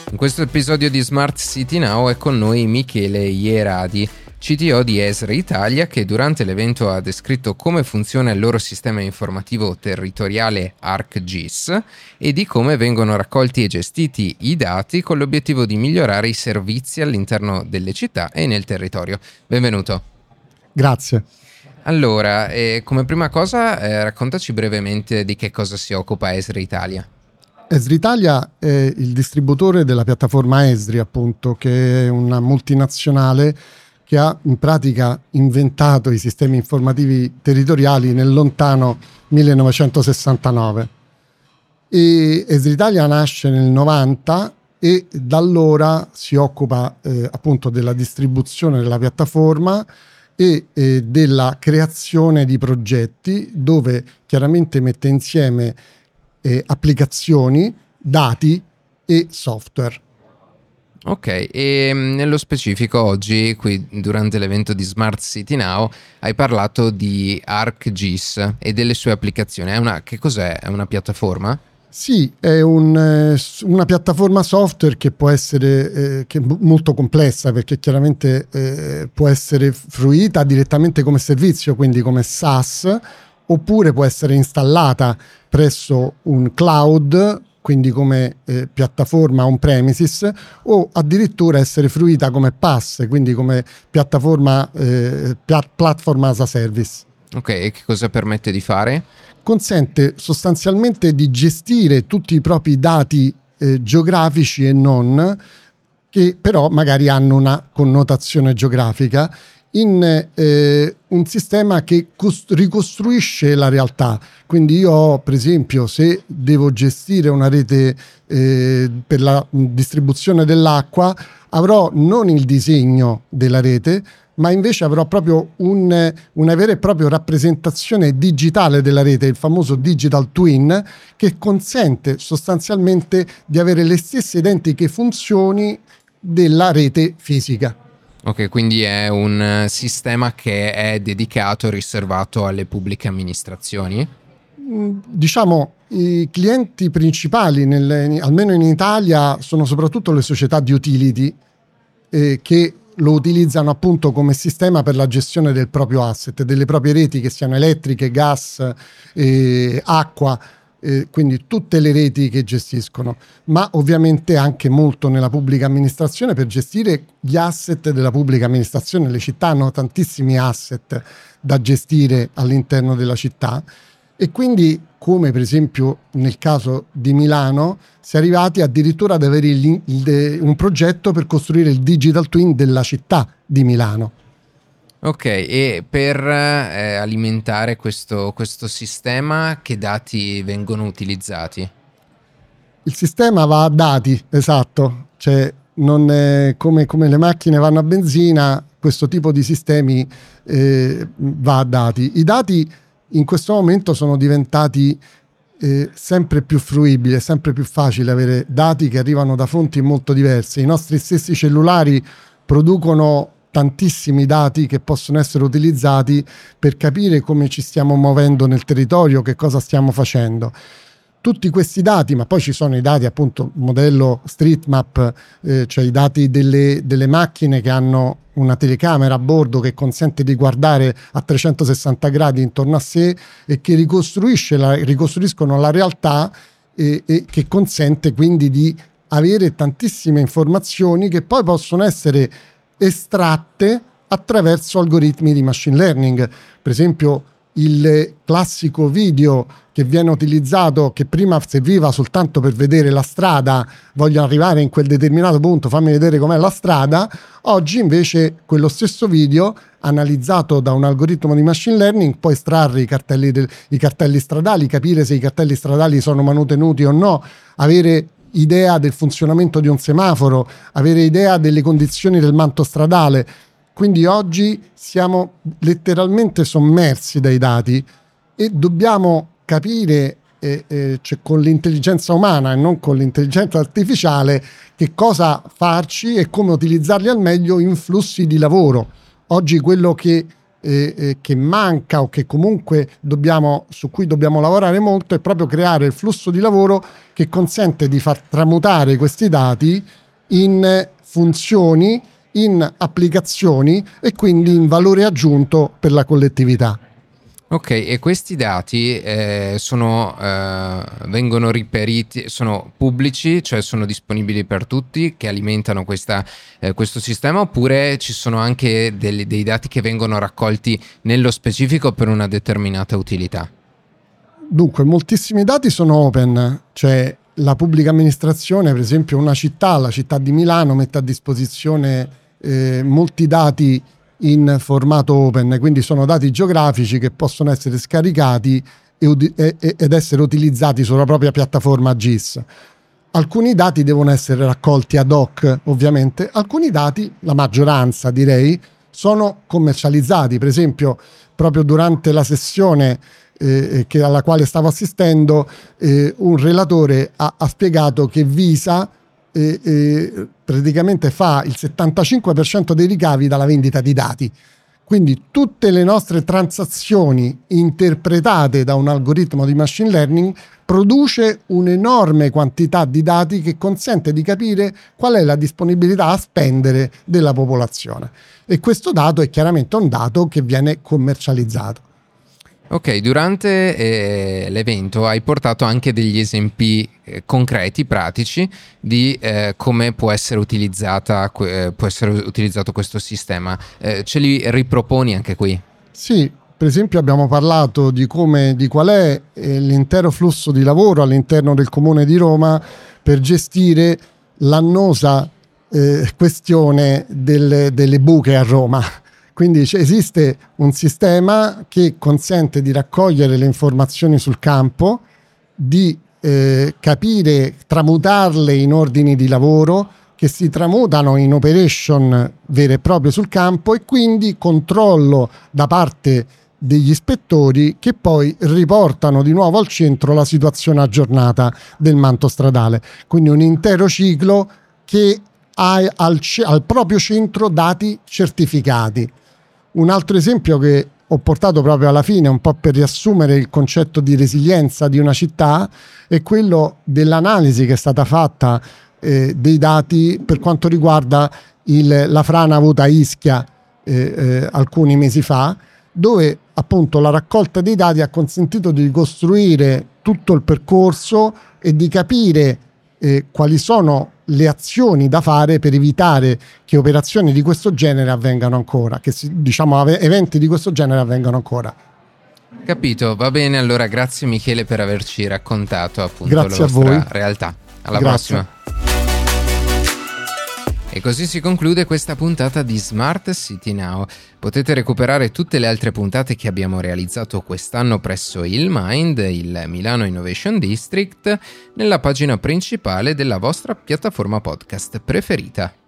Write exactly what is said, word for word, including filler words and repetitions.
In questo episodio di Smart City Now è con noi Michele Ieradi, C T O di Esri Italia, che durante l'evento ha descritto come funziona il loro sistema informativo territoriale ArcGIS e di come vengono raccolti e gestiti i dati con l'obiettivo di migliorare i servizi all'interno delle città e nel territorio. Benvenuto. Grazie. Allora, eh, come prima cosa, eh, raccontaci brevemente di che cosa si occupa Esri Italia. Esri Italia è il distributore della piattaforma Esri, appunto, che è una multinazionale che ha in pratica inventato i sistemi informativi territoriali nel lontano millenovecentosessantanove. E Esri Italia nasce nel novanta e da allora si occupa eh, appunto della distribuzione della piattaforma e eh, della creazione di progetti, dove chiaramente mette insieme eh, applicazioni, dati e software. Ok, e nello specifico oggi, qui durante l'evento di Smart City Now, hai parlato di ArcGIS e delle sue applicazioni. È una, che cos'è? È una piattaforma? Sì, è un, una piattaforma software che può essere eh, che è molto complessa, perché chiaramente eh, può essere fruita direttamente come servizio, quindi come SaaS, oppure può essere installata presso un cloud, quindi come eh, piattaforma on-premises, o addirittura essere fruita come PaaS, quindi come piattaforma eh, plat- platform as a service. Ok, e che cosa permette di fare? Consente sostanzialmente di gestire tutti i propri dati eh, geografici e non, che però magari hanno una connotazione geografica, in eh, un sistema che cost- ricostruisce la realtà. Quindi io ho, per esempio, se devo gestire una rete eh, per la distribuzione dell'acqua, avrò non il disegno della rete, ma invece avrò proprio un, una vera e propria rappresentazione digitale della rete, il famoso digital twin, che consente sostanzialmente di avere le stesse identiche funzioni della rete fisica. Ok, quindi è un sistema che è dedicato, riservato alle pubbliche amministrazioni? Diciamo, i clienti principali, nel, almeno in Italia, sono soprattutto le società di utility eh, che lo utilizzano appunto come sistema per la gestione del proprio asset, delle proprie reti, che siano elettriche, gas, eh, acqua, eh, quindi tutte le reti che gestiscono, ma ovviamente anche molto nella pubblica amministrazione per gestire gli asset della pubblica amministrazione. Le città hanno tantissimi asset da gestire all'interno della città e quindi, come per esempio nel caso di Milano, si è arrivati addirittura ad avere il, il, un progetto per costruire il digital twin della città di Milano. Ok, e per eh, alimentare questo, questo sistema, che dati vengono utilizzati? Il sistema va a dati, esatto, cioè non è come, come le macchine vanno a benzina, questo tipo di sistemi eh, va a dati. I dati in questo momento sono diventati eh, sempre più fruibili, è sempre più facile avere dati che arrivano da fonti molto diverse. I nostri stessi cellulari producono tantissimi dati che possono essere utilizzati per capire come ci stiamo muovendo nel territorio, che cosa stiamo facendo. Tutti questi dati, ma poi ci sono i dati appunto modello StreetMap, eh, cioè i dati delle, delle macchine che hanno una telecamera a bordo che consente di guardare a trecentosessanta gradi intorno a sé e che ricostruisce la, ricostruiscono la realtà e, e che consente quindi di avere tantissime informazioni che poi possono essere estratte attraverso algoritmi di machine learning. Per esempio il classico video che viene utilizzato, che prima serviva soltanto per vedere la strada, voglio arrivare in quel determinato punto, fammi vedere com'è la strada, oggi invece quello stesso video, analizzato da un algoritmo di machine learning, può estrarre i cartelli, del, i cartelli stradali, capire se i cartelli stradali sono manutenuti o no, avere idea del funzionamento di un semaforo, avere idea delle condizioni del manto stradale. Quindi oggi siamo letteralmente sommersi dai dati e dobbiamo capire eh, eh, cioè con l'intelligenza umana e non con l'intelligenza artificiale che cosa farci e come utilizzarli al meglio in flussi di lavoro. Oggi quello che eh, eh, che manca o che comunque dobbiamo, su cui dobbiamo lavorare molto è proprio creare il flusso di lavoro che consente di far tramutare questi dati in funzioni, in applicazioni e quindi in valore aggiunto per la collettività. Ok, e questi dati eh, sono, eh, vengono riperiti, sono pubblici, cioè sono disponibili per tutti che alimentano questa, eh, questo sistema, oppure ci sono anche dei, dei dati che vengono raccolti nello specifico per una determinata utilità? Dunque, moltissimi dati sono open, cioè la pubblica amministrazione, per esempio una città, la città di Milano, mette a disposizione eh, molti dati in formato open, quindi sono dati geografici che possono essere scaricati e, e, ed essere utilizzati sulla propria piattaforma G I S. Alcuni dati devono essere raccolti ad hoc, ovviamente, alcuni dati, la maggioranza direi, sono commercializzati. Per esempio, proprio durante la sessione eh, che, alla quale stavo assistendo, eh, un relatore ha, ha spiegato che Visa E, e praticamente fa il settantacinque per cento dei ricavi dalla vendita di dati. Quindi tutte le nostre transazioni interpretate da un algoritmo di machine learning produce un'enorme quantità di dati che consente di capire qual è la disponibilità a spendere della popolazione. E questo dato è chiaramente un dato che viene commercializzato. Ok, durante eh, l'evento hai portato anche degli esempi eh, concreti, pratici, di eh, come può essere utilizzata, eh, può essere utilizzato questo sistema. Eh, ce li riproponi anche qui? Sì, per esempio abbiamo parlato di come, di qual è eh, l'intero flusso di lavoro all'interno del Comune di Roma per gestire l'annosa eh, questione del, delle buche a Roma. Quindi esiste un sistema che consente di raccogliere le informazioni sul campo, di eh, capire, tramutarle in ordini di lavoro che si tramutano in operation vere e proprie sul campo e quindi controllo da parte degli ispettori che poi riportano di nuovo al centro la situazione aggiornata del manto stradale. Quindi un intero ciclo che ha al, al proprio centro dati certificati. Un altro esempio che ho portato proprio alla fine, un po' per riassumere il concetto di resilienza di una città, è quello dell'analisi che è stata fatta eh, dei dati per quanto riguarda il, la frana avuta a Ischia eh, eh, alcuni mesi fa, dove appunto la raccolta dei dati ha consentito di costruire tutto il percorso e di capire eh, quali sono le azioni da fare per evitare che operazioni di questo genere avvengano ancora, che diciamo eventi di questo genere avvengano ancora. Capito, va bene, allora grazie Michele per averci raccontato appunto grazie la vostra a voi. realtà. Alla grazie. Prossima. E così si conclude questa puntata di Smart City Now. Potete recuperare tutte le altre puntate che abbiamo realizzato quest'anno presso il Mind, il Milano Innovation District, nella pagina principale della vostra piattaforma podcast preferita.